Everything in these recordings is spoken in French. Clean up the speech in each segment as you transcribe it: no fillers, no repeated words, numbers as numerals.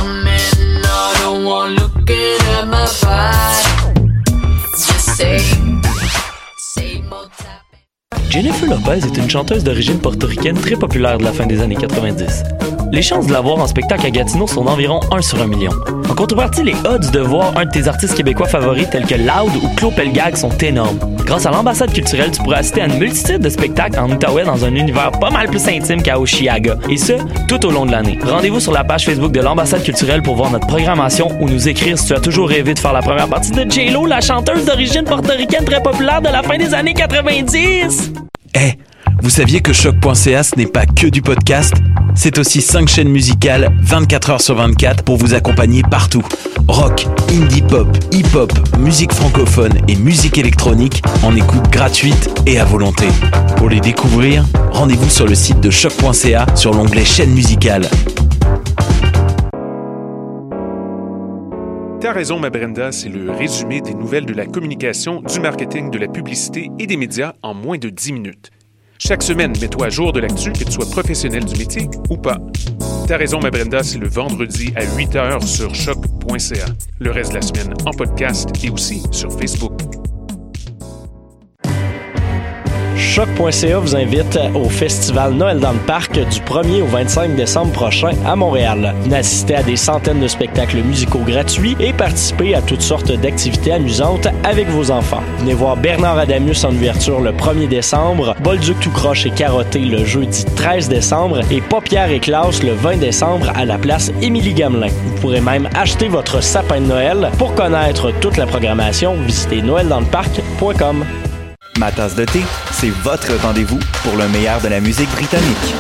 I'm in, I don't want looking at my body. Just say more time. Jennifer Lopez est une chanteuse d'origine portoricaine très populaire de la fin des années 90. Les chances de la voir en spectacle à Gatineau sont d'environ 1 sur 1 million. En contrepartie, les odds de voir un de tes artistes québécois favoris tels que Loud ou Claude Pelgag sont énormes. Grâce à l'ambassade culturelle, tu pourras assister à une multitude de spectacles en Outaouais dans un univers pas mal plus intime qu'à Oshiaga. Et ce, tout au long de l'année. Rendez-vous sur la page Facebook de l'ambassade culturelle pour voir notre programmation ou nous écrire si tu as toujours rêvé de faire la première partie de J-Lo, la chanteuse d'origine portoricaine très populaire de la fin des années 90. Hey, vous saviez que Choc.ca ce n'est pas que du podcast? C'est aussi 5 chaînes musicales 24 heures sur 24 pour vous accompagner partout. Rock, indie pop, hip-hop, musique francophone et musique électronique en écoute gratuite et à volonté. Pour les découvrir, rendez-vous sur le site de Choc.ca sur l'onglet chaîne musicale. T'as raison, ma Brenda, c'est le résumé des nouvelles de la communication, du marketing, de la publicité et des médias en moins de 10 minutes. Chaque semaine, mets-toi à jour de l'actu, que tu sois professionnel du métier ou pas. T'as raison, ma Brenda, c'est le vendredi à 8h sur choc.ca. Le reste de la semaine en podcast et aussi sur Facebook. Choc.ca vous invite au festival Noël dans le parc du 1er au 25 décembre prochain à Montréal. Venez assister à des centaines de spectacles musicaux gratuits et participer à toutes sortes d'activités amusantes avec vos enfants. Venez voir Bernard Adamus en ouverture le 1er décembre, Bolduc tout croche et carotté le jeudi 13 décembre et Paupières et Klaus le 20 décembre à la place Émilie Gamelin. Vous pourrez même acheter votre sapin de Noël. Pour connaître toute la programmation, visitez noeldansleparc.com. Ma tasse de thé, c'est votre rendez-vous pour le meilleur de la musique britannique.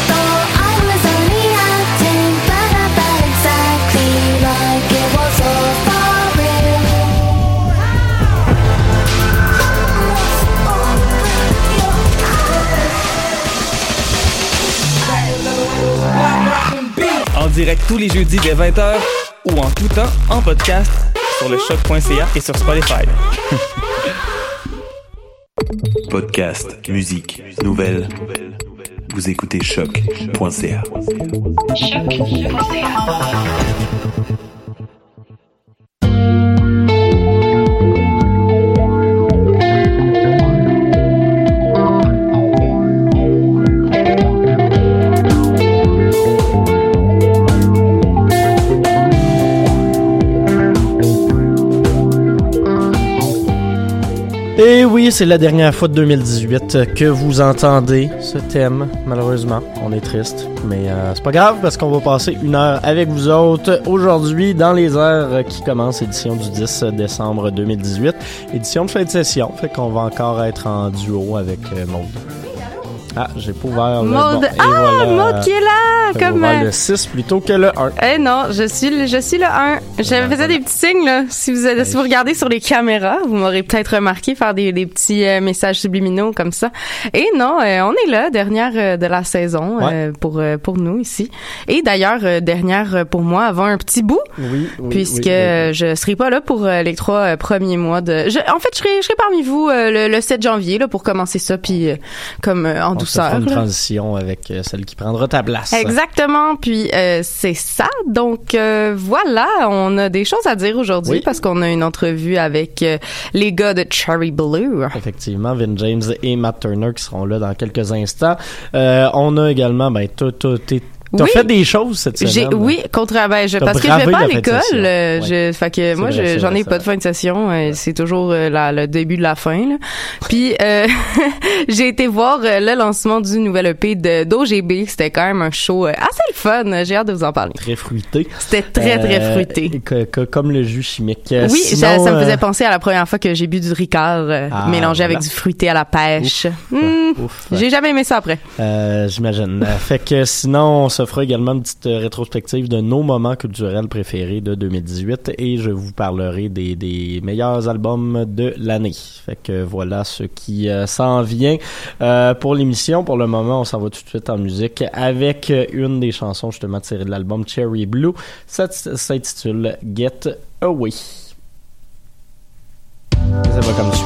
En direct tous les jeudis dès 20h ou en tout temps en podcast sur le choc.ca et sur Spotify. Podcast, musique, nouvelles. Vous écoutez Choc.ca. Et oui, c'est la dernière fois de 2018 que vous entendez ce thème, malheureusement. On est triste, mais c'est pas grave parce qu'on va passer une heure avec vous autres aujourd'hui dans les heures qui commencent, édition du 10 décembre 2018, édition de fin de session, fait qu'on va encore être en duo avec Maude. Ah, j'ai pas ouvert le Maude. bon. Voilà. Maude qui est là! Comme le 6 plutôt que le 1. Eh non, je suis le 1. Je faisais des petits signes, là. Si vous regardez sur les caméras, vous m'aurez peut-être remarqué faire des petits messages subliminaux comme ça. Et non, on est là, dernière de la saison pour nous ici. Et d'ailleurs, dernière pour moi avant un petit bout. Oui. Puisque je serai pas là pour les 3 premiers mois de... En fait, je serai parmi vous le 7 janvier là pour commencer ça, puis comme en douceur. On fera une transition avec celle qui prendra ta place. Exactement, puis c'est ça. Donc voilà, on a des choses à dire aujourd'hui parce qu'on a une entrevue avec les gars de Cherry Blue. Effectivement, Vin James et Matt Turner qui seront là dans quelques instants. On a également, t'as fait des choses cette semaine. parce que je vais pas à l'école. Fait que moi, j'en ai pas de fin de session. C'est toujours le début de la fin. Là. Puis j'ai été voir le lancement du nouvel EP d'OGB. C'était quand même un show assez le fun. J'ai hâte de vous en parler. Très fruité. C'était très fruité. Comme le jus chimique. Oui, sinon, ça me faisait penser à la première fois que j'ai bu du Ricard mélangé avec du fruité à la pêche. Ouf. J'ai jamais aimé ça après. J'imagine. Fait que sinon, on se fera également une petite rétrospective de nos moments culturels préférés de 2018 et je vous parlerai des meilleurs albums de l'année. Fait que voilà ce qui s'en vient pour l'émission. Pour le moment, on s'en va tout de suite en musique avec une des chansons justement tirées de l'album Cherry Blue. Ça s'intitule Get Away. Ça va comme suit.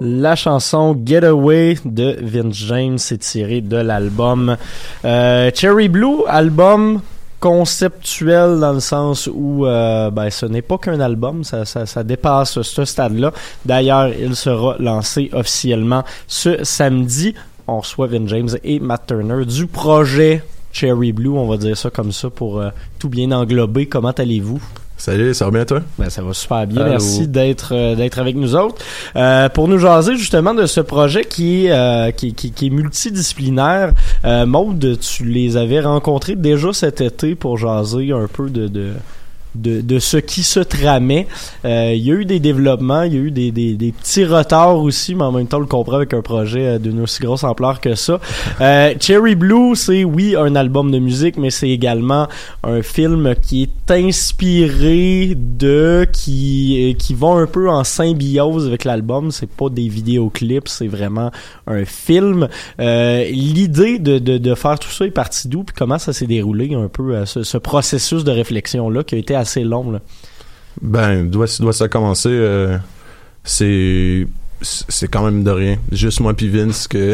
La chanson Getaway de Vince James est tirée de l'album Cherry Blue, album conceptuel dans le sens où ce n'est pas qu'un album, ça dépasse ce stade-là. D'ailleurs, il sera lancé officiellement ce samedi. On reçoit Vince James et Matt Turner du projet Cherry Blue, on va dire ça comme ça pour tout bien englober. Comment allez-vous? Salut, ça va bien toi? Ben ça va super bien, merci d'être avec nous autres. Pour nous jaser justement de ce projet qui est multidisciplinaire. Maude, tu les avais rencontrés déjà cet été pour jaser un peu de ce qui se tramait. Il y a eu des développements, il y a eu des petits retards aussi, mais en même temps on le comprend avec un projet d'une aussi grosse ampleur que ça. Cherry Blue, c'est oui un album de musique, mais c'est également un film qui est inspiré qui va un peu en symbiose avec l'album. C'est pas des vidéoclips, c'est vraiment un film. L'idée de faire tout ça est partie d'où, puis comment ça s'est déroulé un peu ce processus de réflexion là qui a été assez long là. Ben doit ça commencer c'est quand même de rien, juste moi puis Vince que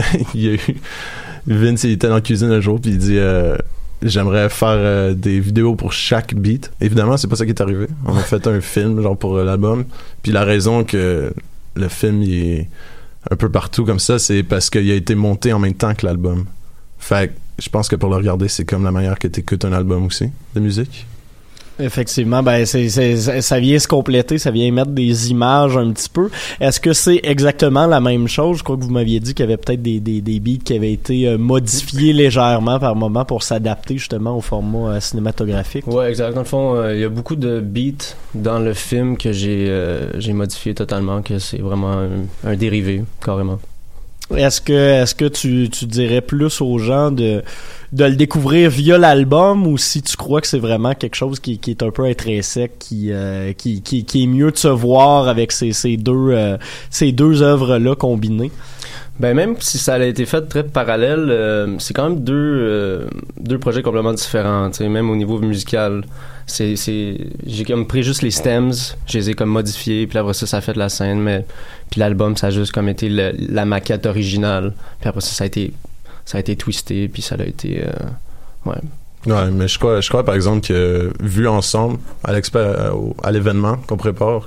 Vince il était dans la cuisine un jour puis il dit j'aimerais faire des vidéos pour chaque beat. Évidemment c'est pas ça qui est arrivé, on a fait un film genre pour l'album, puis la raison que le film il est un peu partout comme ça c'est parce qu'il a été monté en même temps que l'album. Fait que je pense que pour le regarder c'est comme la manière que t'écoutes un album aussi de musique. Effectivement, ça vient se compléter, ça vient mettre des images un petit peu. Est-ce que c'est exactement la même chose? Je crois que vous m'aviez dit qu'il y avait peut-être des beats qui avaient été modifiés légèrement par moment pour s'adapter justement au format cinématographique. Ouais, exact. Dans le fond, il y a beaucoup de beats dans le film que j'ai modifié totalement, que c'est vraiment un dérivé, carrément. Est-ce que tu dirais plus aux gens de le découvrir via l'album, ou si tu crois que c'est vraiment quelque chose qui est un peu intrinsèque, qui est mieux de se voir avec ces deux œuvres-là combinées? Ben même si ça a été fait très parallèle, c'est quand même deux projets complètement différents, tu sais, même au niveau musical. J'ai comme pris juste les stems, je les ai comme modifiés, puis après ça a fait la scène, mais puis l'album ça a juste comme été la maquette originale, puis après ça a été twisté, puis ça a été ouais. Ouais, mais je crois par exemple que vu ensemble à l'événement qu'on prépare,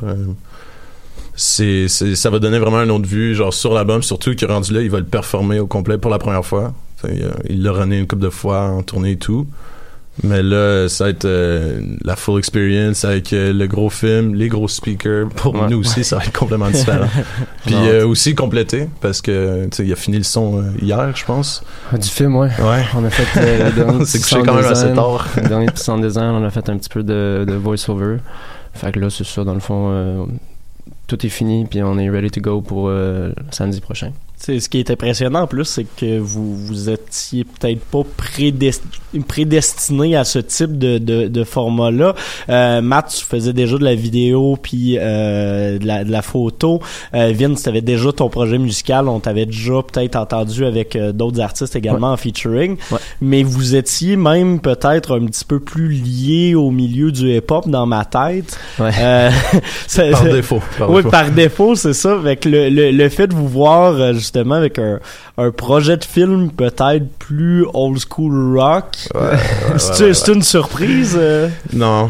ça va donner vraiment une autre vue genre sur l'album, surtout que rendu là il va le performer au complet pour la première fois. Il l'a runné une couple de fois en tournée et tout. Mais là, ça va être la full experience avec le gros film, les gros speakers. Pour nous aussi, ça va être complètement différent. Puis aussi complété, parce que il a fini le son hier, je pense. Du film, ouais. On a fait le dernier c'est couché quand même assez tard. Le dernier sound design, on a fait un petit peu de voice-over. Fait que là, c'est ça, dans le fond, tout est fini, puis on est ready to go pour samedi prochain. T'sais, ce qui est impressionnant en plus, c'est que vous étiez peut-être pas prédestiné à ce type de format-là. Matt, tu faisais déjà de la vidéo puis de la photo. Vince, t'avais déjà ton projet musical. On t'avait déjà peut-être entendu avec d'autres artistes également en featuring. Ouais. Mais vous étiez même peut-être un petit peu plus lié au milieu du hip-hop dans ma tête. Ouais. Par défaut. Par défaut, c'est ça. Avec le fait de vous voir justement avec un projet de film peut-être plus old school rock. C'est une surprise? Non,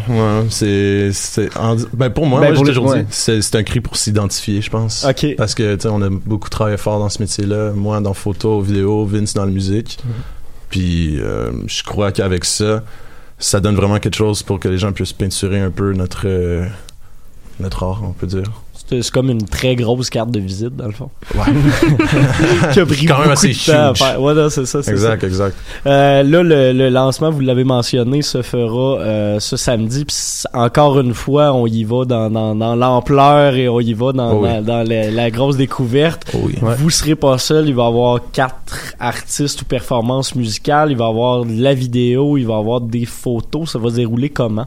pour moi, j'ai toujours dit, c'est un cri pour s'identifier, je pense. Okay. Parce que, tu sais, on a beaucoup travaillé fort dans ce métier-là. Moi, dans photo, vidéo, Vince dans la musique. Puis, je crois qu'avec ça donne vraiment quelque chose pour que les gens puissent peinturer un peu notre art, on peut dire. C'est comme une très grosse carte de visite, dans le fond. Ouais. Qui a pris quand même assez huge. À faire. Ouais, non, c'est ça. Exact. Là, le lancement, vous l'avez mentionné, se fera ce samedi. Puis encore une fois, on y va dans l'ampleur et on y va dans la grosse découverte. Oh oui. Vous serez pas seul. Il va y avoir 4 artistes ou performances musicales. Il va y avoir de la vidéo. Il va y avoir des photos. Ça va se dérouler comment?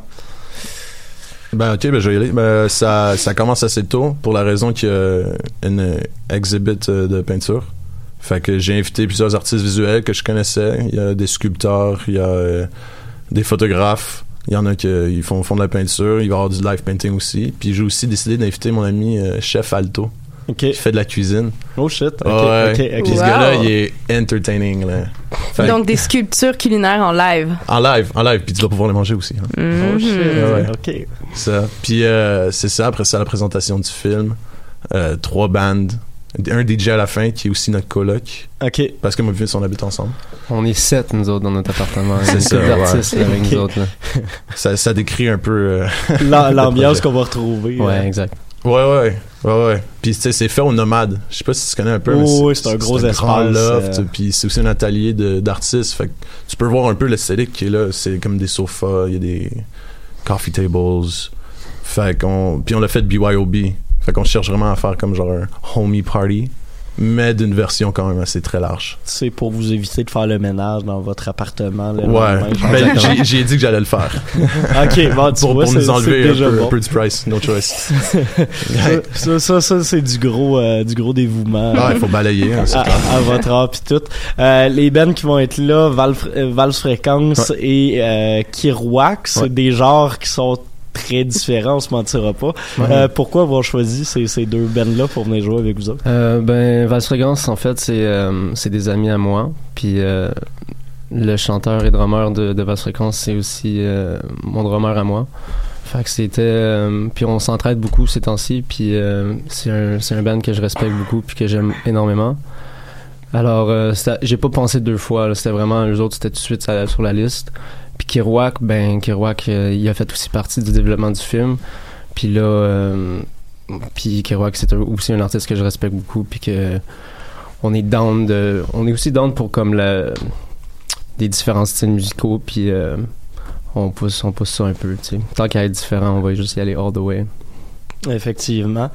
Je vais y aller. Ça commence assez tôt pour la raison qu'il y a une exhibit de peinture. Fait que j'ai invité plusieurs artistes visuels que je connaissais. Il y a des sculpteurs, il y a des photographes. Il y en a qui font de la peinture. Il va y avoir du live painting aussi. Puis j'ai aussi décidé d'inviter mon ami Chef Alto qui fait de la cuisine. Oh shit. Puis ce gars-là, il est entertaining. Là. Donc des sculptures culinaires en live. En live. Puis tu dois pouvoir les manger aussi. Hein. Oh shit. OK. Ça. Puis c'est ça, après ça, la présentation du film. 3 bands. Un DJ à la fin qui est aussi notre coloc. OK. Parce que moi et Vince, on habite ensemble. On est 7, nous autres, dans notre appartement. C'est ça, d'artistes avec nous autres. Là. Ça décrit un peu... l'ambiance qu'on va retrouver. Ouais, exact. Ouais. Puis tu sais, c'est fait au Nomade. Je sais pas si tu connais un peu, mais c'est un gros espace. Grand loft, puis c'est aussi un atelier d'artistes. Fait que tu peux voir un peu l'esthétique qui est là. C'est comme des sofas, il y a des coffee tables. Fait qu'on... Puis on l'a fait BYOB. Fait qu'on cherche vraiment à faire comme genre un homie party, mais d'une version quand même assez très large. C'est pour vous éviter de faire le ménage dans votre appartement. Là, ben, j'ai dit que j'allais le faire. OK, bon, pour nous enlever un peu du price, no choice. ça c'est du gros dévouement. Il faut balayer. Hein, à votre art pis tout. Les bands qui vont être là, Vals Fréquence et Kirouac, c'est des genres qui sont très différents, on se mentira pas. Pourquoi avoir choisi ces deux bands-là pour venir jouer avec vous autres? Vals Fréquence, en fait, c'est des amis à moi. Puis le chanteur et drummer de Vals Fréquence, c'est aussi mon drummer à moi. Fait que c'était... puis on s'entraide beaucoup ces temps-ci. Puis c'est un band que je respecte beaucoup puis que j'aime énormément. Alors, j'ai pas pensé 2 fois. Là. C'était vraiment... Eux autres, c'était tout de suite sur la liste. Puis Kirouac, il a fait aussi partie du développement du film. Puis là, puis Kirouac, c'est aussi un artiste que je respecte beaucoup. Puis que on est aussi down pour comme des différents styles musicaux. Puis on pousse ça un peu. Tu sais. Tant qu'à être différent, on va juste y aller all the way. Effectivement.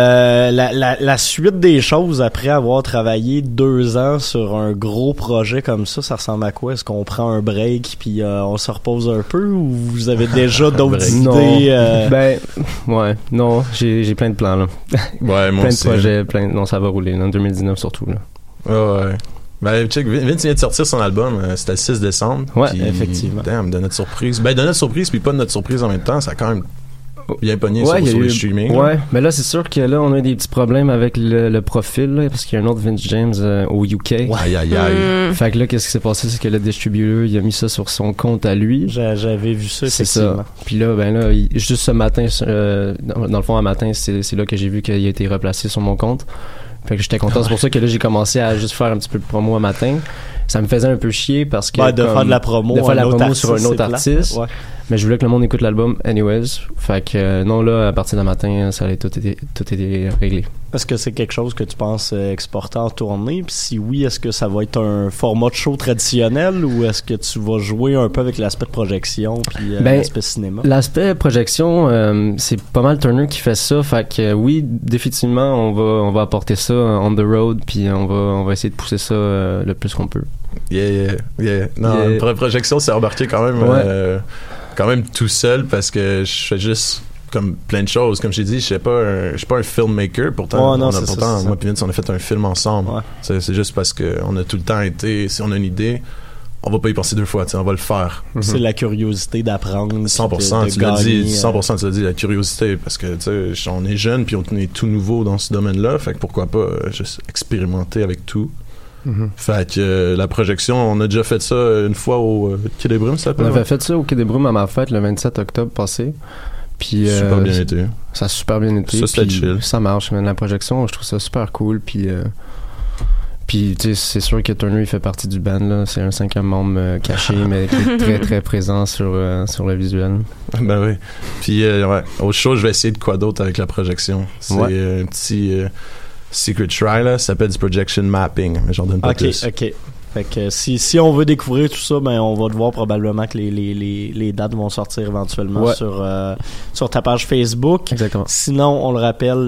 La suite des choses après avoir travaillé 2 ans sur un gros projet comme ça ressemble à quoi? Est-ce qu'on prend un break puis on se repose un peu ou vous avez déjà d'autres idées? Non, j'ai plein de plans là. Ouais, moi plein aussi. De projets, non, ça va rouler en 2019 surtout là. Ouais. Ben, check, Vince vient de sortir son album, c'était le 6 décembre. Ouais, effectivement. Damn, de notre surprise. Ben, de notre surprise puis pas de notre surprise en même temps, ça a quand même bien pogné sur les streaming. Ouais, mais là, c'est sûr que là, on a des petits problèmes avec le profil, là, parce qu'il y a un autre Vince James au UK. Aïe. Fait que là, qu'est-ce qui s'est passé? C'est que le distributeur, il a mis ça sur son compte à lui. J'avais vu ça, effectivement. C'est ça. Puis là, juste ce matin, dans le fond, un matin, c'est là que j'ai vu qu'il a été replacé sur mon compte. Fait que j'étais content. C'est pour ça que là, j'ai commencé à juste faire un petit peu de promo un matin. Ça me faisait un peu chier parce que... de faire de la promo sur un autre artiste. Ouais. Mais je voulais que le monde écoute l'album anyways. Fait que non, là, à partir de matin, ça allait tout été réglé. Est-ce que c'est quelque chose que tu penses exporter en tournée? Puis si oui, est-ce que ça va être un format de show traditionnel ou est-ce que tu vas jouer un peu avec l'aspect de projection puis l'aspect cinéma? L'aspect projection, c'est pas mal Turner qui fait ça. Fait que oui, définitivement, on va apporter ça on the road puis on va essayer de pousser ça le plus qu'on peut. Yeah. Non, la projection, c'est embarqué quand même tout seul parce que je fais juste comme plein de choses. Comme j'ai dit, je suis pas un filmmaker. Pourtant, moi et Vince, on a fait un film ensemble. Ouais. C'est juste parce qu'on a tout le temps été, si on a une idée, on va pas y penser 2 fois, on va le faire. C'est la curiosité d'apprendre. 100%, tu l'as dit, 100%, tu l'as dit, la curiosité, parce que tu sais, on est jeune puis on est tout nouveau dans ce domaine-là, fait que pourquoi pas juste expérimenter avec tout. Fait que la projection, on a déjà fait ça une fois au Quai des Brumes, ça s'appelle? On avait fait ça au Quai des Brumes à ma fête le 27 octobre passé. Puis, super bien été. Ça a super bien été. Ça, c'était chill. Ça marche. Mais la projection, je trouve ça super cool. Puis tu sais, c'est sûr que Turner, il fait partie du band, là. C'est un 5e membre caché, mais qui est très, très présent sur le visuel. Ben oui. Puis, au show, je vais essayer de quoi d'autre avec la projection. C'est un petit... Secret Try, là, ça s'appelle du projection mapping, mais j'en donne pas plus. OK. Fait que si on veut découvrir tout ça, ben on va devoir probablement que les dates vont sortir éventuellement sur ta page Facebook. Exactement. Sinon, on le rappelle,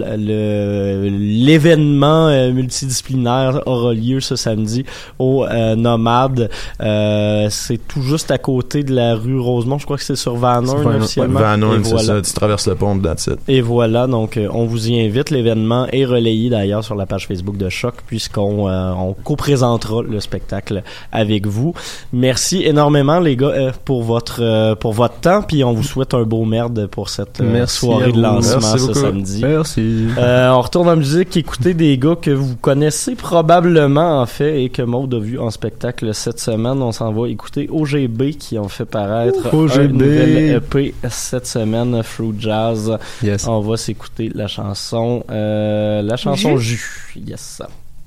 l'événement multidisciplinaire aura lieu ce samedi au Nomade. C'est tout juste à côté de la rue Rosemont. Je crois que c'est sur Van Horn officiellement. Van Horn, c'est ça. Tu traverses le pont, that's it. Et voilà, donc on vous y invite. L'événement est relayé d'ailleurs sur la page Facebook de Choc puisqu'on co-présentera le spectacle spectacle avec vous. Merci énormément les gars pour votre temps, puis on vous souhaite un beau merde pour cette soirée de lancement ce samedi. Merci. On retourne en musique, écouter des gars que vous connaissez probablement en fait et que Maud a vu en spectacle cette semaine. On s'en va écouter OGB qui ont fait paraître un nouvel EP cette semaine, Fruit Jazz. Yes. On va s'écouter la chanson Jus. Yes.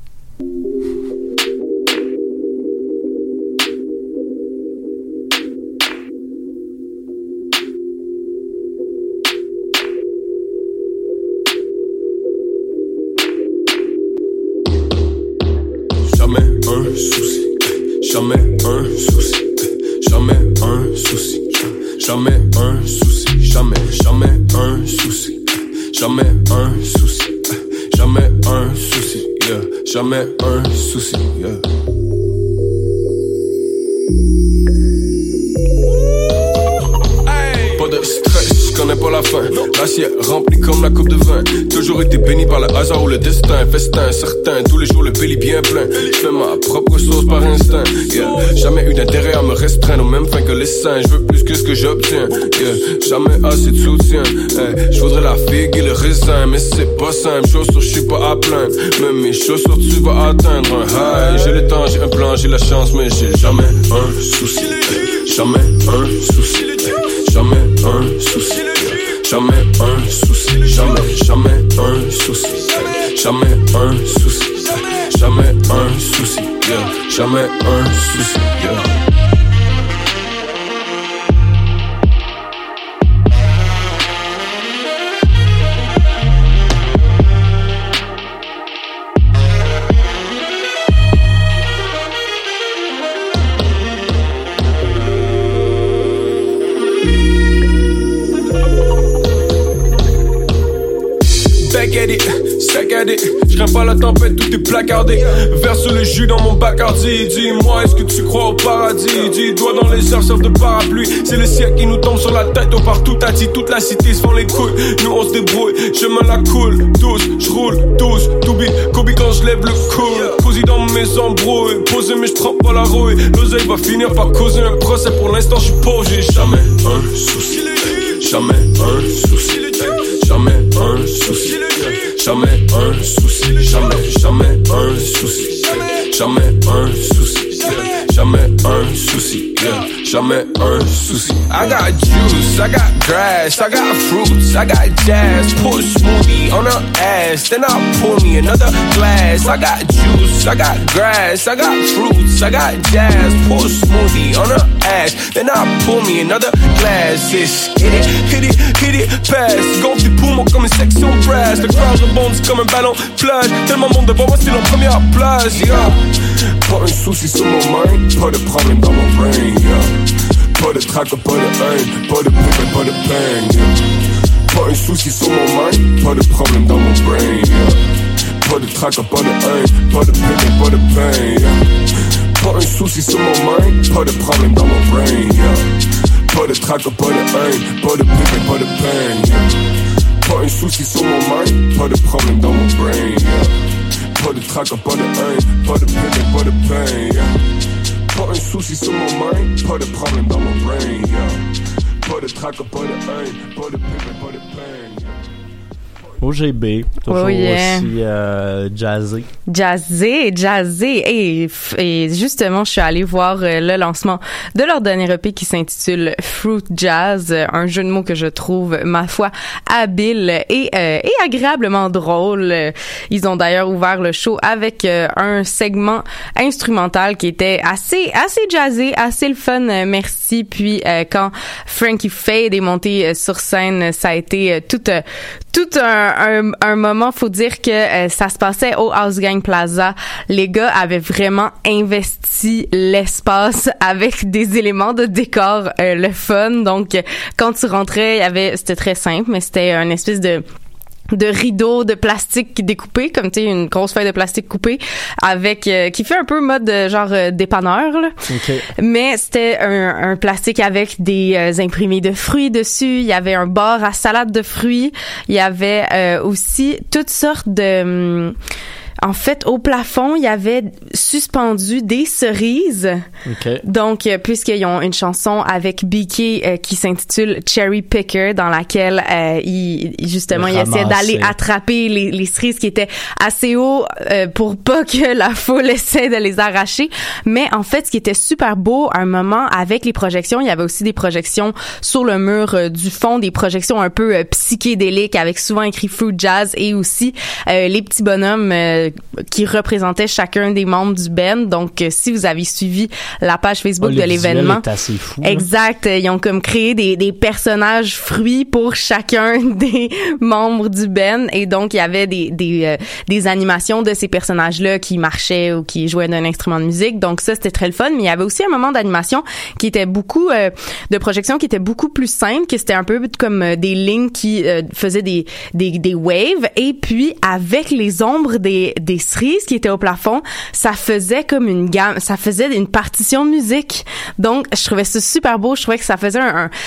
Jamais un souci, jamais un souci, jamais un souci, jamais un souci, jamais un souci, jamais un souci, yeah, jamais un souci, yeah. Pas de stress, je connais pas la fin. L'assiette remplie comme la coupe de vin. Toujours été béni par le hasard ou le destin. Festin certain, tous les jours le belly bien plein. J'fais ma propre sauce par instinct, yeah. Jamais eu d'intérêt à me restreindre aux mêmes fins que les saints. Je veux plus que ce que j'obtiens, yeah. Jamais assez de soutien, hey. Je voudrais la figue et le raisin, mais c'est pas simple. Chaussures, je suis pas à plaindre. Même mes chaussures, tu vas atteindre un high. J'ai le temps, j'ai un plan, j'ai la chance, mais j'ai jamais un souci, hey. Jamais un souci, hey. Jamais un souci, jamais un souci, jamais un souci, jamais un souci, jamais un souci, yeah, jamais un souci, yeah. Je crains pas la tempête, tout est placardé. Verse le jus dans mon Bacardi. Dis-moi, est-ce que tu crois au paradis? Dis doigts dans les airs, sauf de parapluie. C'est le ciel qui nous tombe sur la tête. Au partout, t'as dit, toute la cité se font les couilles. Nous on se débrouille, je me la coule. Tous, je roule, tous, Toubi, Kobe quand je lève le coude. Posé dans mes embrouilles, posé mais je prends pas la rouille. L'oseille va finir par causer un procès. Pour l'instant, je suis pauvre, j'ai jamais un souci. Jamais un souci. Jamais un souci. Jamais un souci, jamais un souci, jamais un souci, jamais un souci, yeah, jamais un souci. I got juice, I got grass, I got fruits, I got jazz. Pour smoothie on her ass, then I'll pour me another glass. I got juice, I got grass, I got fruits, I got jazz. Pour smoothie on her ass, then I'll pour me another glass. It's hit it, pass. Gonfle tes poumons comme une section brass. Le crowd rebondit comme un ballon plage. Tellement de monde devant moi, c'est la première place, yeah. Pas un souci sur mon mind, pas de problème dans mon brain, yeah. Pas de trac, pas de haine, pas de pépin, pas de peine, yeah. Pas un souci sur mon mind, pas de problème dans mon brain, yeah. Pas de trac, pas de haine, pas de pépin, pas de peine, yeah. Pas un souci sur mon mind, pas de problème dans mon brain, yeah. Pas de trac, pas de haine, pas de pépin, pas de peine, yeah. Pas un souci sur mon mind, pas de problème dans mon brain, yeah. Pas de trac, pas de haine, pas de pépin, pas de peine, yeah. Pas un souci sur mon mind, pas de problème dans mon brain, yeah. Pas de trac, pas de haine, pas de pépin, pas de peine, yeah. OGB, toujours aussi jazzé. Et justement, je suis allée voir le lancement de leur dernier EP qui s'intitule Fruit Jazz, un jeu de mots que je trouve, ma foi, habile et agréablement drôle. Ils ont d'ailleurs ouvert le show avec un segment instrumental qui était assez jazzé, assez le fun, merci. Puis quand Frankie Fade est monté sur scène, ça a été tout un moment. Faut dire que ça se passait au House Gang Plaza. Les gars avaient vraiment investi l'espace avec des éléments de décor, le fun. Donc quand tu rentrais, c'était très simple, mais c'était une espèce de rideau de plastique découpé, comme tu sais, une grosse feuille de plastique coupée avec qui fait un peu mode genre dépanneur là. Okay. Mais c'était un plastique avec des imprimés de fruits dessus, il y avait un bar à salade de fruits, il y avait aussi toutes sortes de en fait, au plafond, il y avait suspendu des cerises. Okay. Donc, puisqu'ils ont une chanson avec BK qui s'intitule Cherry Picker, dans laquelle il essaie d'aller attraper les cerises qui étaient assez haut pour pas que la foule essaie de les arracher. Mais en fait, ce qui était super beau à un moment avec les projections, il y avait aussi des projections sur le mur du fond, des projections un peu psychédéliques avec souvent écrit Fruit Jazz et aussi les petits bonhommes qui représentaient chacun des membres du band. Donc, si vous avez suivi la page Facebook de l'événement, est assez fou, exact, ils ont comme créé des personnages fruits pour chacun des membres du band et donc il y avait des animations de ces personnages-là qui marchaient ou qui jouaient d'un instrument de musique. Donc ça, c'était très le fun. Mais il y avait aussi un moment d'animation qui était beaucoup de projection qui était beaucoup plus simple, que c'était un peu comme des lignes qui faisaient des waves. Et puis avec les ombres des cerises qui étaient au plafond, ça faisait comme une gamme, ça faisait une partition de musique. Donc je trouvais ça super beau. Je trouvais que ça faisait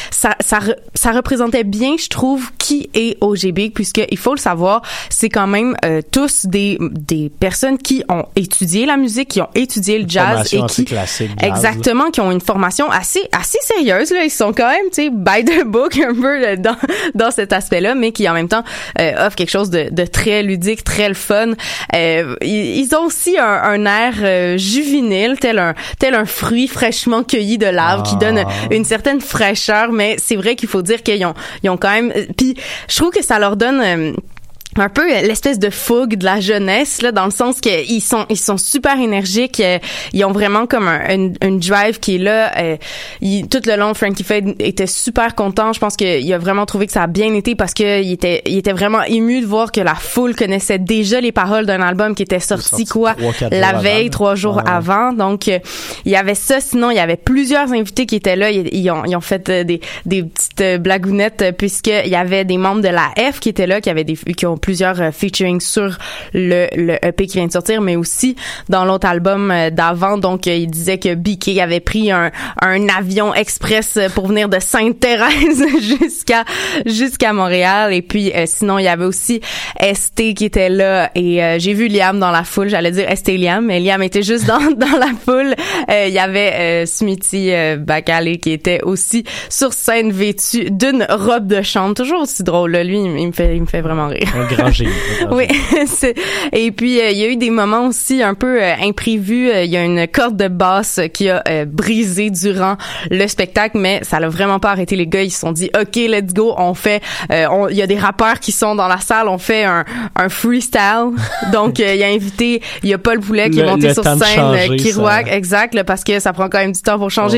ça représentait bien, je trouve, qui est OGB, puisque il faut le savoir, c'est quand même tous des personnes qui ont étudié la musique, qui ont étudié le jazz et qui exactement qui ont une formation assez sérieuse là. Ils sont quand même, tu sais, by the book un peu dans cet aspect-là, mais qui en même temps offrent quelque chose de très ludique, très le fun. Ils ont aussi un air juvénile, tel un fruit fraîchement cueilli de l'arbre qui donne une certaine fraîcheur, mais c'est vrai qu'il faut dire qu'ils ont quand même, puis je trouve que ça leur donne un peu l'espèce de fougue de la jeunesse là, dans le sens que ils sont super énergiques, ils ont vraiment comme une drive qui est là, tout le long Frankie Fade était super content. Je pense qu'il a vraiment trouvé que ça a bien été parce que il était vraiment ému de voir que la foule connaissait déjà les paroles d'un album qui était sorti la veille, 3 jours avant. Donc il y avait ça. Sinon il y avait plusieurs invités qui étaient là, ils ont fait des petites blagounettes puisque il y avait des membres de la F qui étaient là, qui ont plusieurs featuring sur le EP qui vient de sortir, mais aussi dans l'autre album d'avant. Donc, il disait que BK avait pris un avion express pour venir de Sainte-Thérèse jusqu'à Montréal. Et puis, sinon, il y avait aussi ST qui était là. Et j'ai vu Liam dans la foule. J'allais dire ST Liam, mais Liam était juste dans la foule. Il y avait Smithy Bakale qui était aussi sur scène vêtu d'une robe de chambre. Toujours aussi drôle, là. Lui, il me fait vraiment rire. Un génie. Oui. Et puis, il y a eu des moments aussi un peu imprévus. Il y a une corde de basse qui a brisé durant le spectacle, mais ça l'a vraiment pas arrêté. Les gars, ils se sont dit, OK, let's go, on fait... il y a des rappeurs qui sont dans la salle, on fait un freestyle. Donc, il y a Paul Poulet qui est monté sur scène, Kirouac, exact, là, parce que ça prend quand même du temps pour changer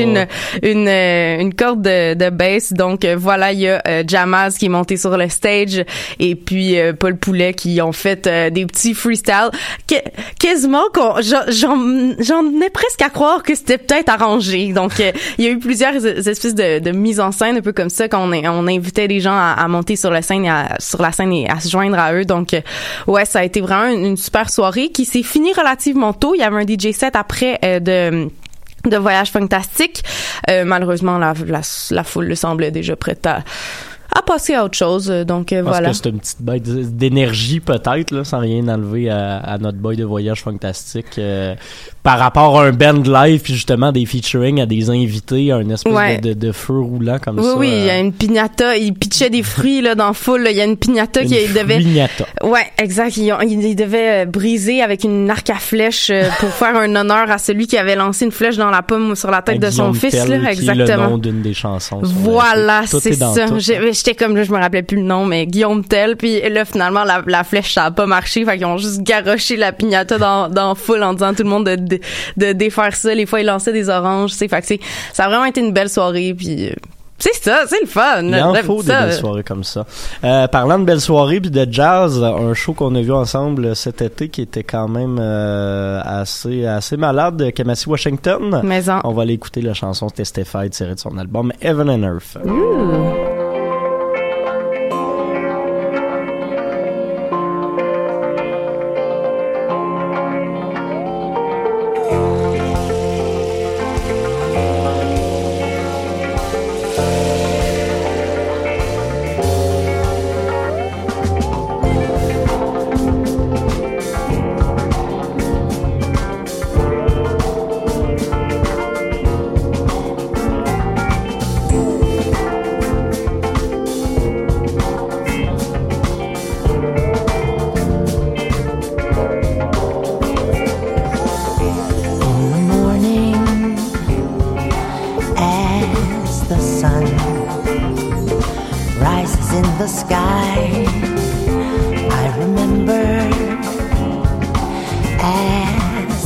une corde de bass. Donc, voilà, il y a Jamaz qui est monté sur le stage, et puis Paul Poulet qui ont fait des petits freestyles quasiment j'en ai presque à croire que c'était peut-être arrangé. Donc il y a eu plusieurs espèces de mise en scène un peu comme ça quand on invitait les gens à monter sur la scène et à se joindre à eux. Donc ouais, ça a été vraiment une super soirée qui s'est finie relativement tôt. Il y avait un DJ set après de Voyage Fantastique. Malheureusement la foule semblait déjà prête à passer à autre chose. Donc voilà. Parce que c'est une petite bête d'énergie peut-être, là, sans rien enlever à notre boy de Voyage Fantastique. Par rapport à un band live, puis justement des featuring à des invités, un espèce de feu roulant comme ça. Oui, il y a une piñata, il pitchait des fruits là dans la foule. Il y a une piñata qui devait... Piñata. Ouais, exact. Il devait briser avec une arc à flèche pour faire un honneur à celui qui avait lancé une flèche dans la pomme sur la tête de son fils. Là, exactement. Qui est le nom d'une des chansons. Voilà, c'est ça. Tout. J'étais comme là, je me rappelais plus le nom, mais Guillaume Tell. Puis là, finalement, la flèche, ça a pas marché. Fait qu'ils ont juste garoché la piñata dans la foule en disant à tout le monde de défaire ça. Les fois, ils lançaient des oranges, tu sais. Fait que ça a vraiment été une belle soirée. Puis c'est ça, c'est le fun. Il en faut des belles soirées comme ça. Parlant de belles soirées puis de jazz, un show qu'on a vu ensemble cet été qui était quand même assez malade, Kamasi Washington. Maison. On va aller écouter la chanson Testified tirée de son album Heaven and Earth.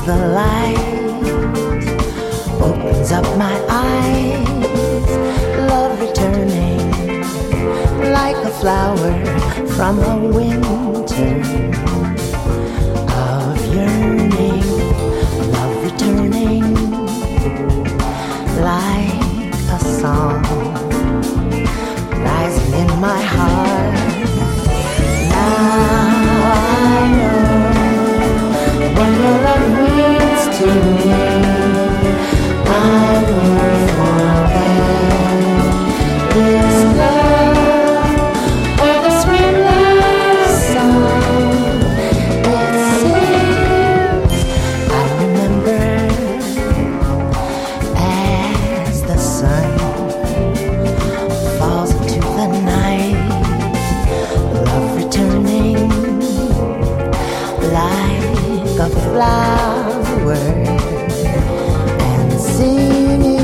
the light opens up my eyes, love returning like a flower from a winter of yearning, love returning like a song rising in my heart. Now I know what your love means to me. I won't forget this love or the sweet love song it sings. I remember as the sun falls into the night, love returning like a flower and singing.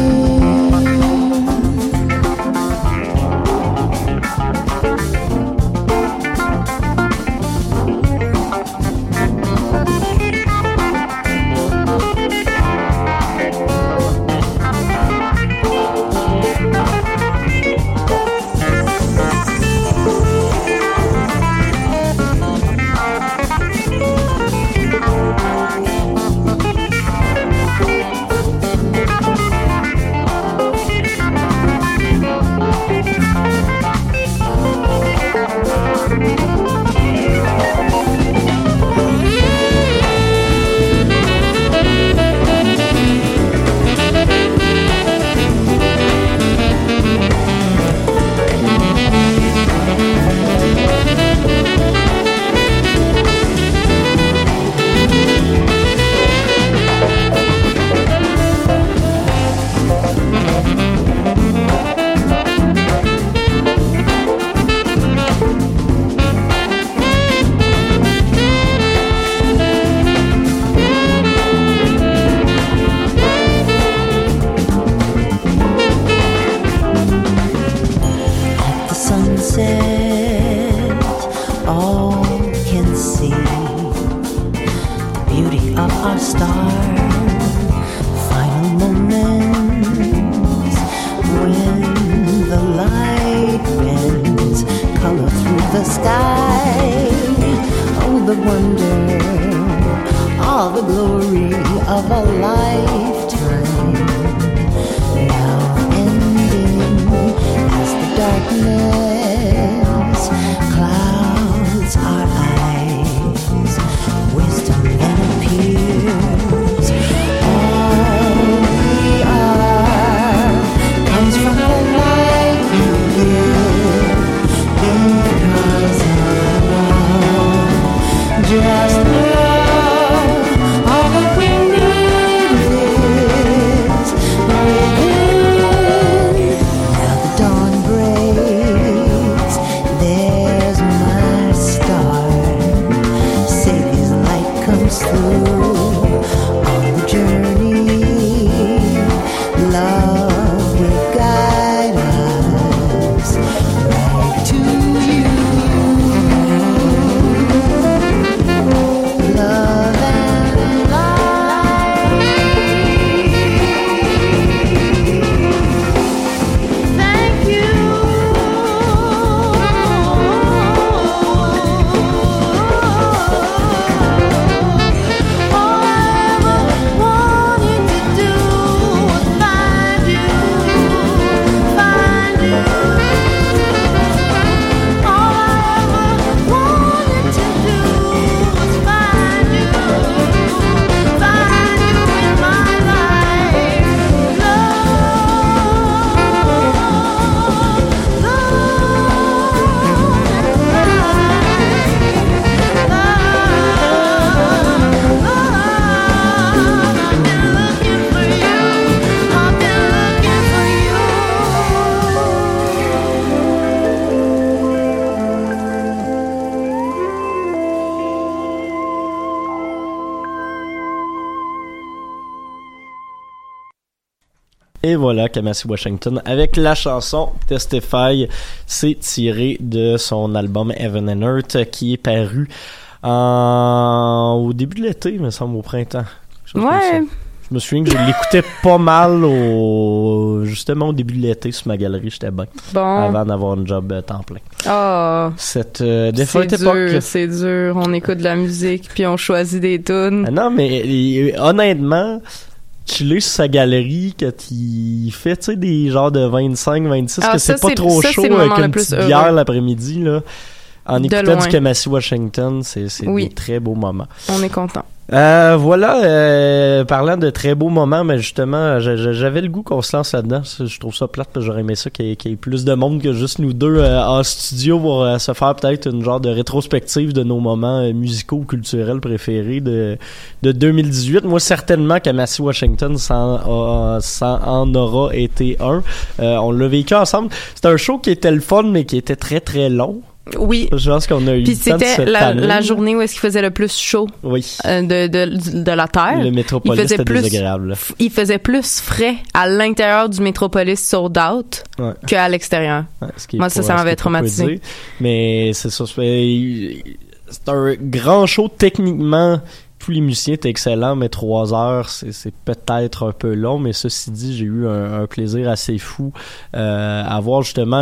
Et voilà, Kamasi Washington avec la chanson Testify. C'est tiré de son album Heaven and Earth qui est paru au début de l'été, il me semble, au printemps. Ouais. Je me souviens que je l'écoutais pas mal justement au début de l'été sur ma galerie, j'étais bien. Bon. Avant d'avoir un job temps plein. Oh. Cette défunte époque. C'est dur, on écoute de la musique puis on choisit des tunes. Non, mais honnêtement, chiller sur sa galerie quand il fait, tu sais, des genres de 25-26, que c'est pas trop chaud avec une petite bière l'après-midi, là. En écoutant du Kamasi Washington, c'est des très beaux moments. On est content. Voilà, parlant de très beaux moments, mais justement, j'avais le goût qu'on se lance là-dedans. Je trouve ça plate, parce que j'aurais aimé ça qu'il y ait plus de monde que juste nous deux en studio pour se faire peut-être une genre de rétrospective de nos moments musicaux ou culturels préférés de 2018. Moi, certainement, Kamasi Washington en aura été un. On l'a vécu ensemble. C'était un show qui était le fun, mais qui était très très long. Oui. Je pense qu'on a eu puis le temps de c'était la journée où est-ce qu'il faisait le plus chaud de la Terre. Le Métropolis, c'était désagréable. Il faisait plus frais à l'intérieur du Métropolis sold out qu'à l'extérieur. Moi, ça m'avait traumatisé. Mais c'est ça. C'est un grand show techniquement. Tous les musiciens étaient excellents, mais 3 heures, c'est peut-être un peu long, mais ceci dit, j'ai eu un plaisir assez fou à voir justement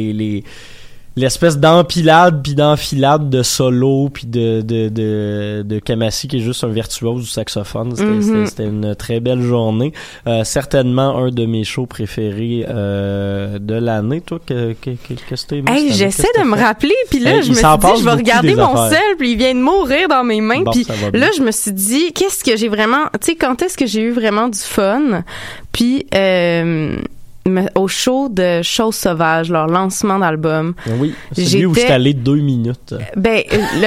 l'espèce d'empilade puis d'enfilade de solo puis de Kamasi qui est juste un virtuose du saxophone. C'était une très belle journée. Certainement un de mes shows préférés de l'année. Toi, qu'est-ce que t'as aimé? Hey, j'essaie de me rappeler puis là je me suis dit je vais regarder mon sel puis il vient de mourir dans mes mains puis là je me suis dit qu'est-ce que j'ai vraiment, tu sais, quand est-ce que j'ai eu vraiment du fun puis au show de Choses Sauvages, leur lancement d'album. Oui, celui où j'étais allé 2 minutes. Ben,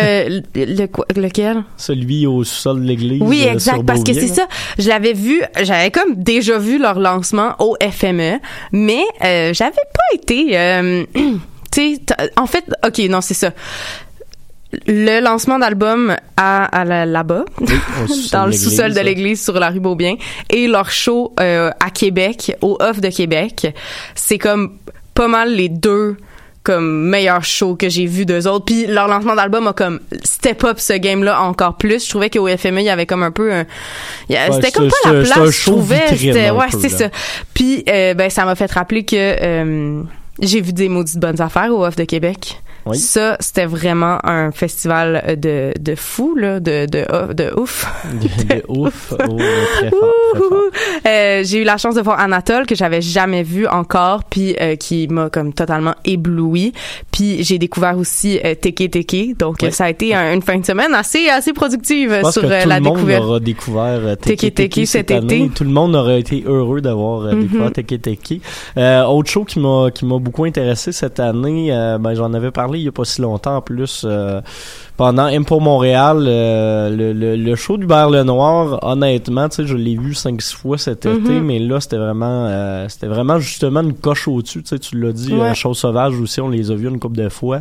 lequel? Celui au sous-sol de l'église. Oui, exact, parce que c'est ça. Je l'avais vu, j'avais comme déjà vu leur lancement au FME, mais j'avais pas été... tu sais, en fait, OK, non, c'est ça. Le lancement d'album là-bas, dans le sous-sol de l'église sur la rue Beaubien, et leur show à Québec, au Off de Québec, c'est comme pas mal les deux comme meilleurs shows que j'ai vus d'eux autres. Puis leur lancement d'album a comme step up ce game-là encore plus. Je trouvais qu'au FME, il y avait comme un peu c'était comme pas la place, je trouvais. C'est ça. Puis ben ça m'a fait rappeler que j'ai vu des maudites bonnes affaires au Off de Québec. Oui. Ça, c'était vraiment un festival de fou, là, de ouf. De ouf. Oh, très fort, très fort. J'ai eu la chance de voir Anatole, que j'avais jamais vu encore, puis qui m'a comme totalement ébloui. Puis j'ai découvert aussi Teke Teke. Donc, ça a été une fin de semaine assez productive sur la découverte. Tout le monde aura découvert Teke Teke cet été. Tout le monde aurait été heureux d'avoir découvert Teke Teke. Autre show qui m'a beaucoup intéressé cette année, ben j'en avais parlé il y a pas si longtemps en plus pendant Impro Montréal, le show d'Hubert Lenoir, honnêtement, tu sais, je l'ai vu 5-6 fois cet été, mais là c'était vraiment justement une coche au-dessus, tu sais, tu l'as dit, Choses Sauvages aussi, on les a vus une couple de fois.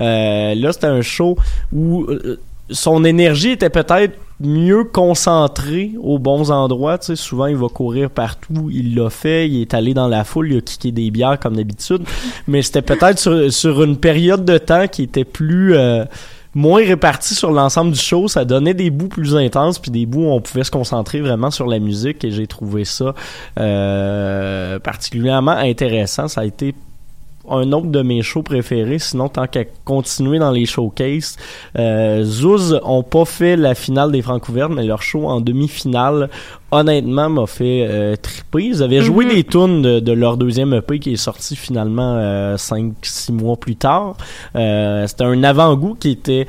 Là c'était un show où son énergie était peut-être mieux concentré aux bons endroits, tu sais, souvent il va courir partout, il l'a fait, il est allé dans la foule, il a kické des bières comme d'habitude, mais c'était peut-être sur une période de temps qui était plus moins répartie sur l'ensemble du show, ça donnait des bouts plus intenses puis des bouts où on pouvait se concentrer vraiment sur la musique, et j'ai trouvé ça particulièrement intéressant. Ça a été un autre de mes shows préférés, sinon tant qu'à continuer dans les showcases, Zouz ont pas fait la finale des Francouvertes, mais leur show en demi-finale honnêtement m'a fait triper. Ils avaient joué des tunes de leur deuxième EP qui est sorti finalement 5-6 mois plus tard. C'était un avant-goût qui était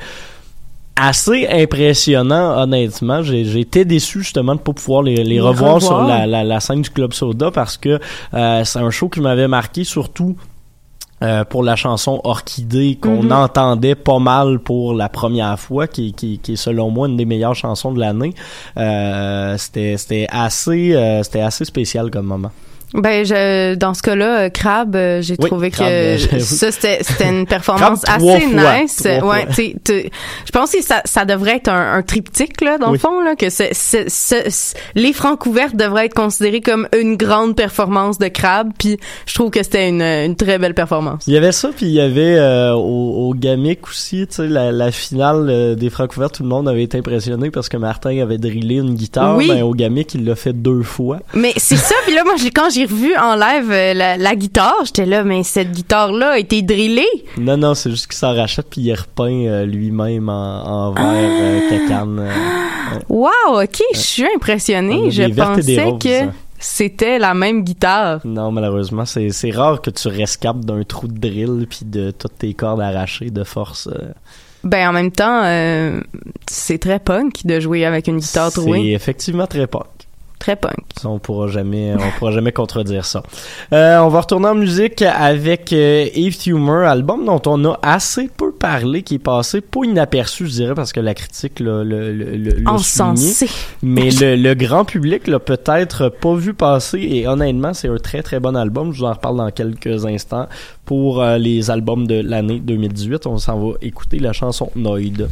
assez impressionnant, honnêtement. J'ai été déçu justement de pas pouvoir les revoir sur la scène du Club Soda, parce que c'est un show qui m'avait marqué, surtout pour la chanson Orchidée qu'on entendait pas mal pour la première fois, qui est selon moi une des meilleures chansons de l'année. C'était assez spécial comme moment. Ben, dans ce cas-là, Crab, j'ai trouvé Crab, que ça, c'était une performance assez nice. Ouais, je pense que ça devrait être un triptyque, là, dans le fond, là, que les francs ouvertes devraient être considérés comme une grande performance de Crab, puis je trouve que c'était une très belle performance. Il y avait ça, puis il y avait au Gamic aussi, tu sais, la finale des francs ouvertes, tout le monde avait été impressionné parce que Martin avait drillé une guitare. Oui. Ben, au Gamic, il l'a fait 2 fois. Mais c'est ça, puis là, moi, quand j'ai revu en live la guitare, j'étais là, mais cette guitare-là a été drillée. Non, c'est juste qu'il s'en rachète puis il repeint lui-même en verre cacane. Wow, ok, je suis impressionnée. Je pensais que c'était la même guitare. Non, malheureusement, c'est rare que tu rescapes d'un trou de drill puis de toutes tes cordes arrachées de force. Ben, en même temps, c'est très punk de jouer avec une guitare trouée. C'est effectivement très punk. Très punk. Ça, on pourra jamais contredire ça. On va retourner en musique avec Eve Tumor, album dont on a assez peu parlé, qui est passé pas inaperçu, je dirais, parce que la critique l'a encensé. Mais le grand public l'a peut-être pas vu passer, et honnêtement, c'est un très très bon album. Je vous en reparle dans quelques instants. Pour les albums de l'année 2018, on s'en va écouter la chanson Noid.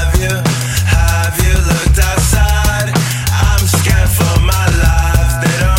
Have you looked outside? I'm scared for my life. They don't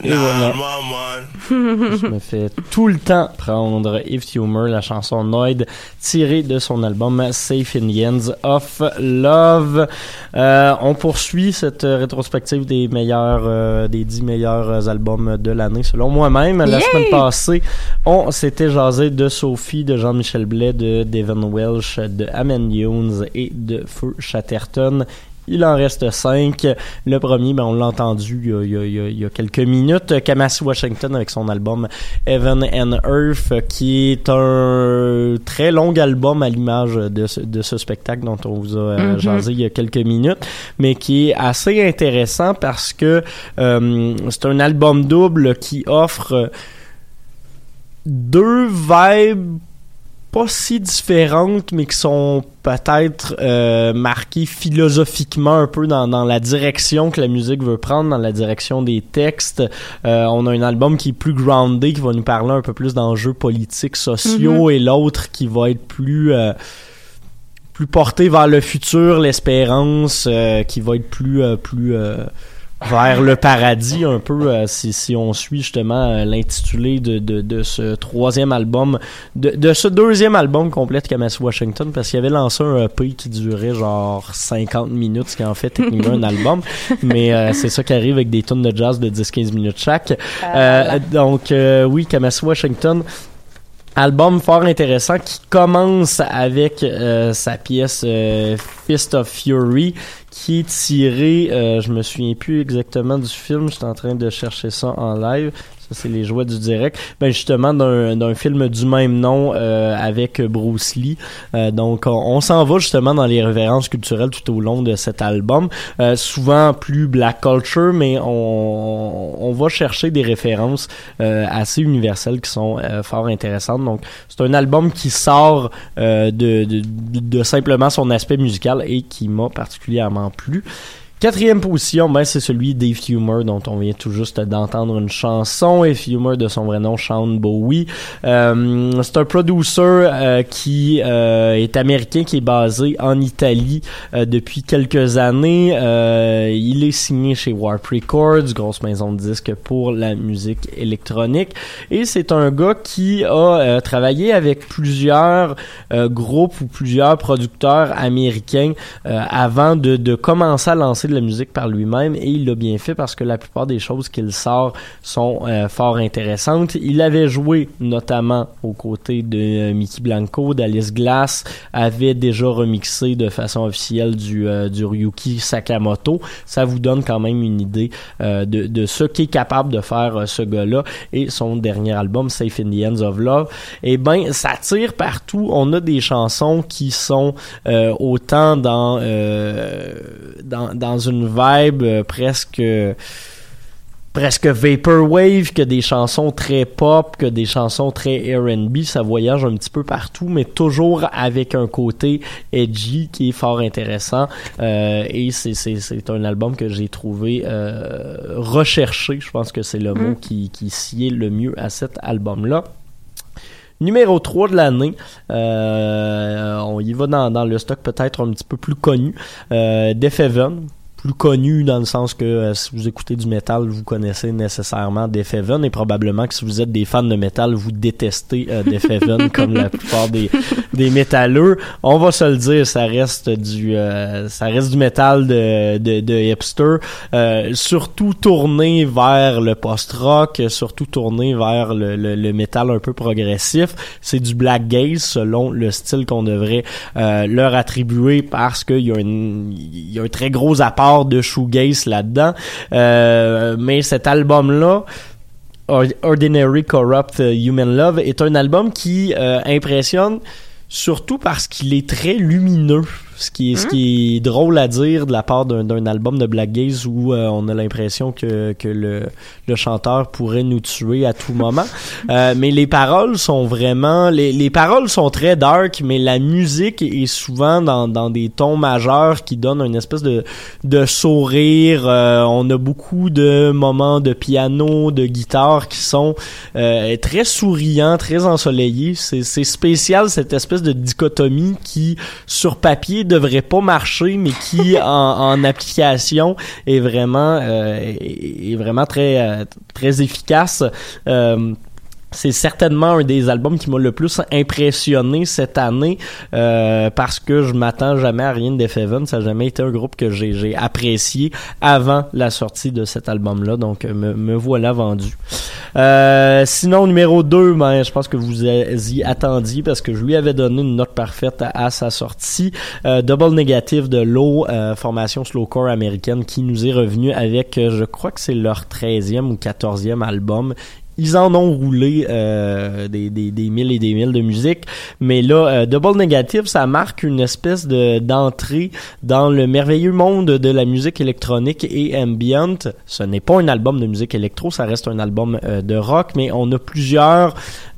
Et voilà. Je me fais tout le temps prendre If Humor, la chanson Noid, tirée de son album Safe in the Hands of Love. On poursuit cette rétrospective des 10 meilleurs albums de l'année, selon moi-même. La semaine passée, on s'était jasé de Sophie, de Jean-Michel Blais, de Devon Welsh, de Amen Jones et de Feu Chatterton. Il en reste 5. Le premier, on l'a entendu il y a quelques minutes. Kamasi Washington avec son album Heaven and Earth, qui est un très long album à l'image de ce spectacle dont on vous a jasé il y a quelques minutes, mais qui est assez intéressant parce que c'est un album double qui offre deux vibes pas si différentes, mais qui sont peut-être marquées philosophiquement un peu dans la direction que la musique veut prendre, dans la direction des textes. On a un album qui est plus groundé, qui va nous parler un peu plus d'enjeux politiques, sociaux, et l'autre qui va être plus porté vers le futur, l'espérance, qui va être plus vers le paradis un peu, si on suit justement l'intitulé de ce troisième album, de ce deuxième album complet de Kamasi Washington, parce qu'il avait lancé un EP qui durait genre 50 minutes, ce qui est en fait techniquement un album, mais c'est ça qui arrive avec des tunes de jazz de 10-15 minutes chaque. Donc oui, Kamasi Washington, album fort intéressant qui commence avec sa pièce Fist of Fury, qui est tiré, je me souviens plus exactement du film, j'étais en train de chercher ça en live, ça c'est les joies du direct, justement d'un film du même nom avec Bruce Lee, donc on s'en va justement dans les références culturelles tout au long de cet album, souvent plus black culture, mais on va chercher des références assez universelles qui sont fort intéressantes. Donc c'est un album qui sort de simplement son aspect musical et qui m'a particulièrement plu. Quatrième position, c'est celui d'If Humor, dont on vient tout juste d'entendre une chanson. If Humor, de son vrai nom, Sean Bowie. C'est un producer qui est américain, qui est basé en Italie depuis quelques années. Il est signé chez Warp Records, grosse maison de disques pour la musique électronique. Et c'est un gars qui a travaillé avec plusieurs groupes ou plusieurs producteurs américains avant de commencer à lancer de la musique par lui-même, et il l'a bien fait parce que la plupart des choses qu'il sort sont fort intéressantes. Il avait joué notamment aux côtés de Mickey Blanco, d'Alice Glass, avait déjà remixé de façon officielle du Ryuki Sakamoto. Ça vous donne quand même une idée de ce qu'est capable de faire ce gars-là. Et son dernier album, Safe in the Hands of Love, ça tire partout. On a des chansons qui sont autant dans une vibe presque vaporwave, que des chansons très pop, que des chansons très R&B. Ça voyage un petit peu partout, mais toujours avec un côté edgy qui est fort intéressant. Et c'est un album que j'ai trouvé recherché. Je pense que c'est le mot qui sied le mieux à cet album-là. Numéro 3 de l'année, on y va dans le stock peut-être un petit peu plus connu, Death Heaven. Plus connu dans le sens que si vous écoutez du métal, vous connaissez nécessairement Death Heaven, et probablement que si vous êtes des fans de métal, vous détestez Death Heaven comme la plupart des métalleux. On va se le dire, ça reste du métal de hipster, surtout tourné vers le post-rock, surtout tourné vers le métal un peu progressif. C'est du black gaze selon le style qu'on devrait leur attribuer, parce qu'il y a un très gros apport de shoegaze là-dedans, mais cet album-là, Ordinary Corrupt Human Love, est un album qui impressionne surtout parce qu'il est très lumineux, ce qui est drôle à dire de la part d'un album de black gaze où on a l'impression que le chanteur pourrait nous tuer à tout moment. Mais les paroles sont vraiment... Les paroles sont très dark, mais la musique est souvent dans des tons majeurs qui donnent une espèce de sourire. On a beaucoup de moments de piano, de guitare qui sont très souriants, très ensoleillés. C'est spécial, cette espèce de dichotomie qui, sur papier, devrait pas marcher, mais qui en application est vraiment très très efficace. C'est certainement un des albums qui m'a le plus impressionné cette année parce que je m'attends jamais à rien de Deaf Heaven. Ça n'a jamais été un groupe que j'ai apprécié avant la sortie de cet album-là. Donc, me voilà vendu. Sinon, numéro 2, je pense que vous y attendiez parce que je lui avais donné une note parfaite à sa sortie. Double Negative de Low, formation slowcore américaine qui nous est revenue avec, je crois que c'est leur 13e ou 14e album. Ils en ont roulé des milles et des milles de musique, mais là, Double Negative, ça marque une espèce d'entrée dans le merveilleux monde de la musique électronique et ambient. Ce n'est pas un album de musique électro, ça reste un album de rock, mais on a plusieurs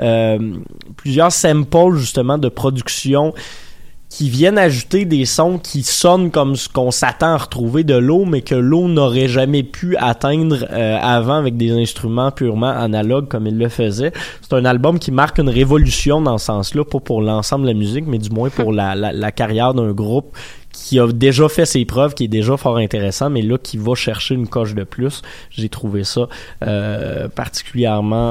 samples justement de production qui viennent ajouter des sons qui sonnent comme ce qu'on s'attend à retrouver de Low, mais que Low n'aurait jamais pu atteindre avant avec des instruments purement analogues comme il le faisait. C'est un album qui marque une révolution dans ce sens-là, pas pour l'ensemble de la musique, mais du moins pour la carrière d'un groupe qui a déjà fait ses preuves, qui est déjà fort intéressant, mais là, qui va chercher une coche de plus. J'ai trouvé ça particulièrement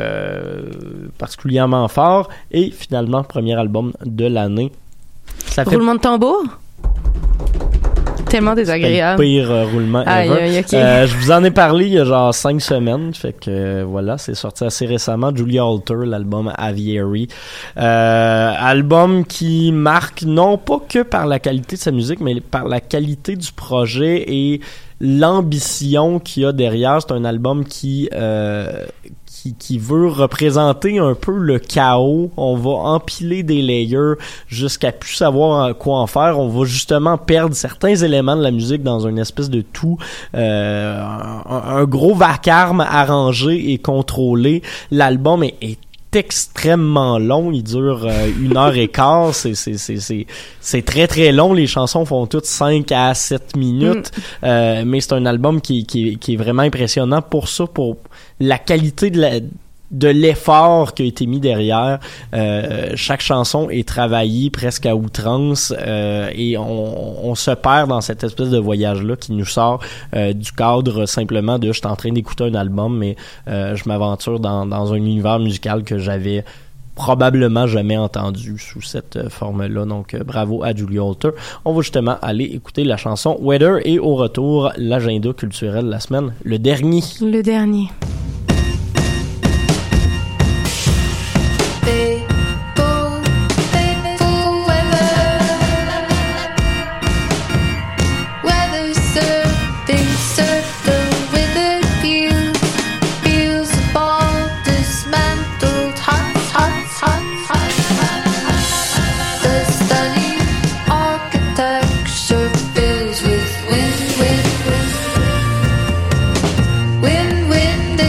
fort. Et finalement, premier album de l'année. Ça fait roulement de tambour? Tellement désagréable. C'est le pire roulement ever. Okay. Je vous en ai parlé il y a genre 5 semaines. Fait que voilà, c'est sorti assez récemment. Julia Alter, l'album Aviary. Album qui marque non pas que par la qualité de sa musique, mais par la qualité du projet et l'ambition qu'il y a derrière. C'est un album qui veut représenter un peu le chaos. On va empiler des layers jusqu'à plus savoir quoi en faire. On va justement perdre certains éléments de la musique dans une espèce de tout. Un gros vacarme arrangé et contrôlé. L'album est extrêmement long, il dure 1h15, c'est très très long, les chansons font toutes 5 à 7 minutes, mais c'est un album qui est vraiment impressionnant pour ça, pour la qualité de l'effort qui a été mis derrière. Chaque chanson est travaillée presque à outrance et on se perd dans cette espèce de voyage-là qui nous sort du cadre simplement de je suis en train d'écouter un album, mais je m'aventure dans un univers musical que j'avais probablement jamais entendu sous cette forme-là. Donc bravo à Julia Alter. On va justement aller écouter la chanson Weather et au retour, l'agenda culturel de la semaine, le dernier. Wind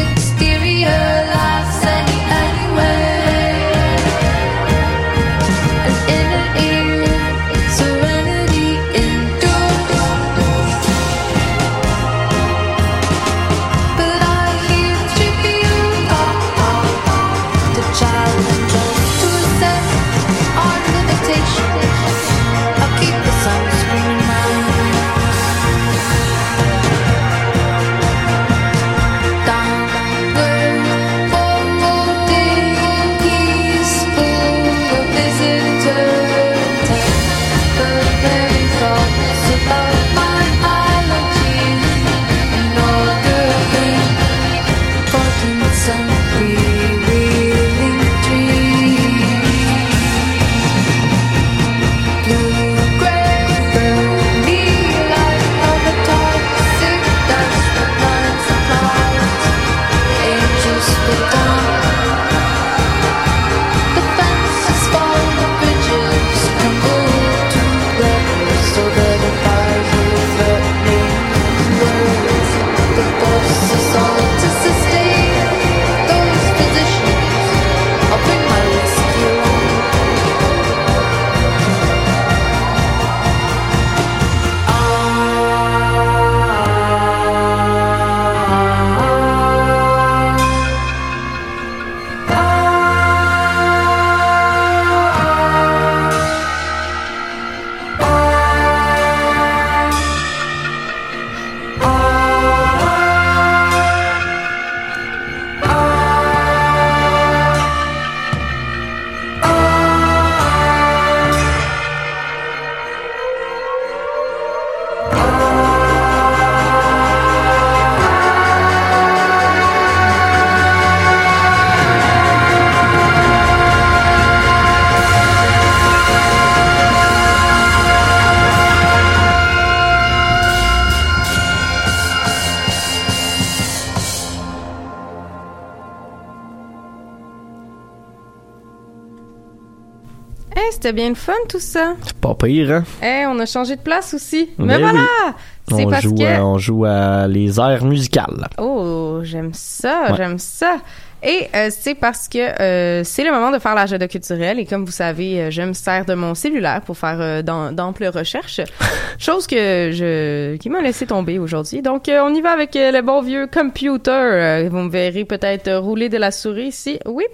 c'était bien le fun tout ça. C'est pas pire, hein? On a changé de place aussi. Ben Mais voilà! oui. C'est parce que... on joue à les aires musicales. Oh, j'aime ça. Et c'est parce que c'est le moment de faire l'agenda culturel et comme vous savez, je me sers de mon cellulaire pour faire d'amples recherches, chose qui m'a laissé tomber aujourd'hui. Donc on y va avec le bon vieux computer. Vous me verrez peut-être rouler de la souris ici. Whip.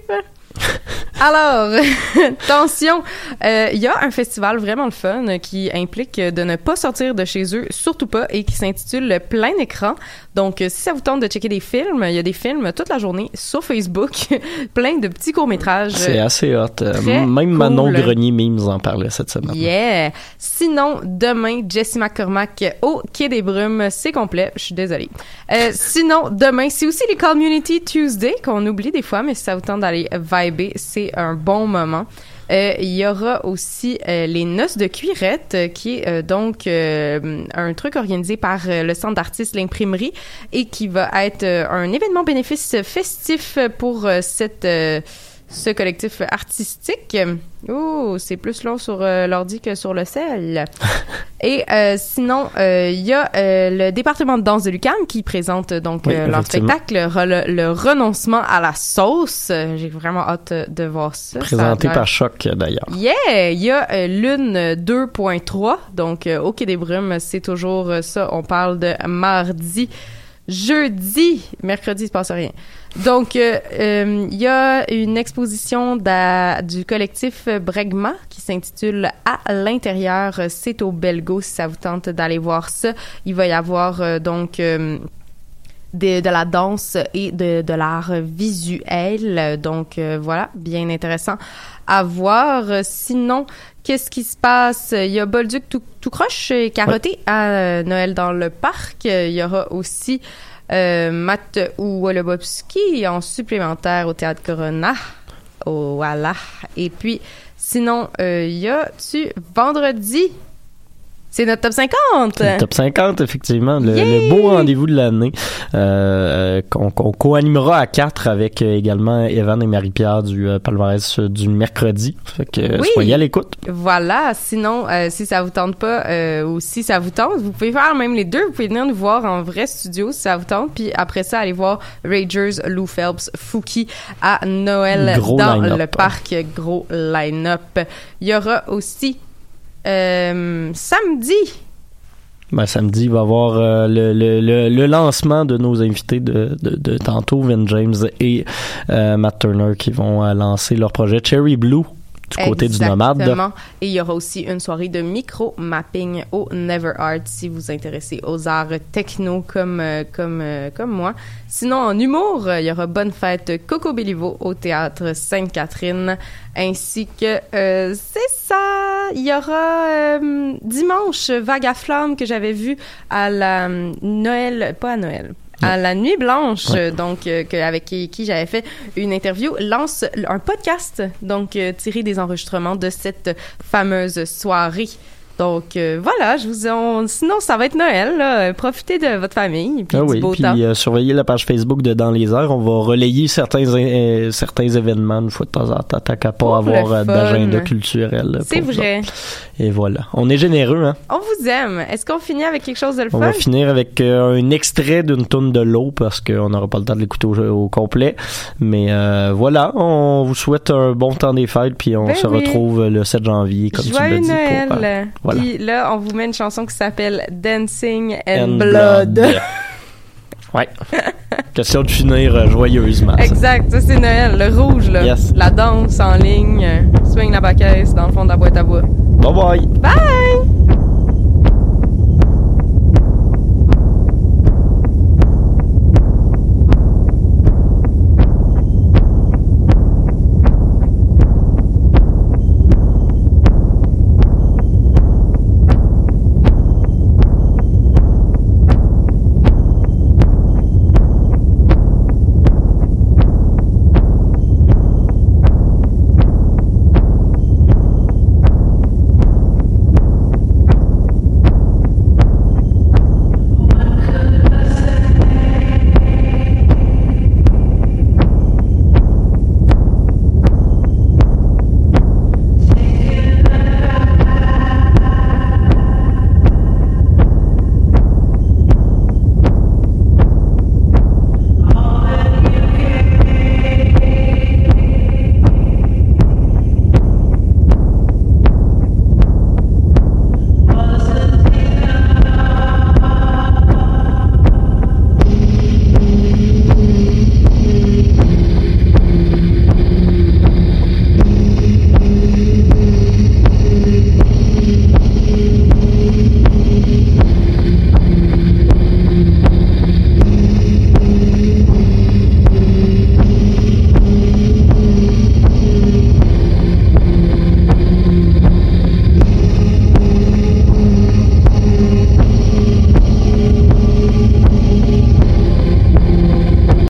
Alors, attention, il y a un festival vraiment le fun qui implique de ne pas sortir de chez eux, surtout pas, et qui s'intitule Plein écran. Donc, si ça vous tente de checker des films, il y a des films toute la journée sur Facebook, plein de petits courts-métrages. C'est assez hot. Même cool. Manon Grenier Memes en parlait cette semaine. Yeah! Sinon, demain, Jessie McCormack au Quai des Brumes, c'est complet. Je suis désolée. Sinon, demain, c'est aussi les Community Tuesday qu'on oublie des fois, mais si ça vous tente d'aller vibrer, c'est un bon moment. Il y aura aussi les Noces de Cuirette, qui est donc un truc organisé par le Centre d'artistes L'Imprimerie et qui va être un événement bénéfice festif pour ce collectif artistique. Oh, c'est plus long sur l'ordi que sur le sel. Et sinon, il y a le département de danse de l'UQAM qui présente donc leur spectacle, le renoncement à la sauce. J'ai vraiment hâte de voir ça. Présenté par Choc, d'ailleurs. Yeah! Il y a Lune 2.3, donc au Quai des Brumes, c'est toujours ça. On parle de mardi. Jeudi, mercredi, il se passe rien. Donc, il y a une exposition du collectif Bregma qui s'intitule À l'intérieur. C'est au Belgo si ça vous tente d'aller voir ça. Il va y avoir donc de la danse et de l'art visuel. Donc, voilà, bien intéressant à voir. Sinon, qu'est-ce qui se passe? Il y a Bolduc tout croche et carotté à Noël dans le parc. Il y aura aussi Matt Wolobowski en supplémentaire au Théâtre Corona. Oh, voilà. Et puis, sinon, y a-tu vendredi? C'est notre top 50! C'est le top 50, effectivement. Le beau rendez-vous de l'année qu'on co-animera à 4 avec également Evan et Marie-Pierre du palmarès du mercredi. Fait que soyez à l'écoute. Voilà. Sinon, si ça vous tente pas ou si ça vous tente, vous pouvez faire même les deux. Vous pouvez venir nous voir en vrai studio si ça vous tente. Puis après ça, allez voir Ragers, Lou Phelps, Fouki à Noël dans le parc. Gros line-up. Il y aura aussi samedi. Samedi, il va y avoir le lancement de nos invités de tantôt, Vin James et Matt Turner, qui vont lancer leur projet Cherry Blue du côté du Nomade. Exactement. Et il y aura aussi une soirée de micro-mapping au Never Art si vous vous intéressez aux arts techno comme moi. Sinon, en humour, il y aura Bonne Fête Coco Béliveau au Théâtre Sainte-Catherine, ainsi que, c'est ça, il y aura dimanche Vague à Flamme que j'avais vu à la à la Nuit Blanche, donc avec qui j'avais fait une interview, lance un podcast, donc tiré des enregistrements de cette fameuse soirée. Donc voilà, sinon ça va être Noël, là. Profitez de votre famille puis du beau temps. Surveillez la page Facebook de Dans les airs, on va relayer certains événements une fois de temps en temps, tant qu'à pas avoir d'agenda culturel. C'est vrai. Et voilà, on est généreux, hein. On vous aime. Est-ce qu'on finit avec quelque chose de le fun? On va finir avec un extrait d'une toune de l'eau parce qu'on n'aura pas le temps de l'écouter au complet. Mais voilà, on vous souhaite un bon temps des fêtes puis on se retrouve le 7 janvier comme Joyeux tu l'as dit. Noël. Voilà. Puis là, on vous met une chanson qui s'appelle Dancing and Blood. Ouais. Question de finir joyeusement. Exact, ça c'est Noël, le rouge là. Yes. La danse en ligne, swing la baquette dans le fond de la boîte à bois. Bye bye. Bye.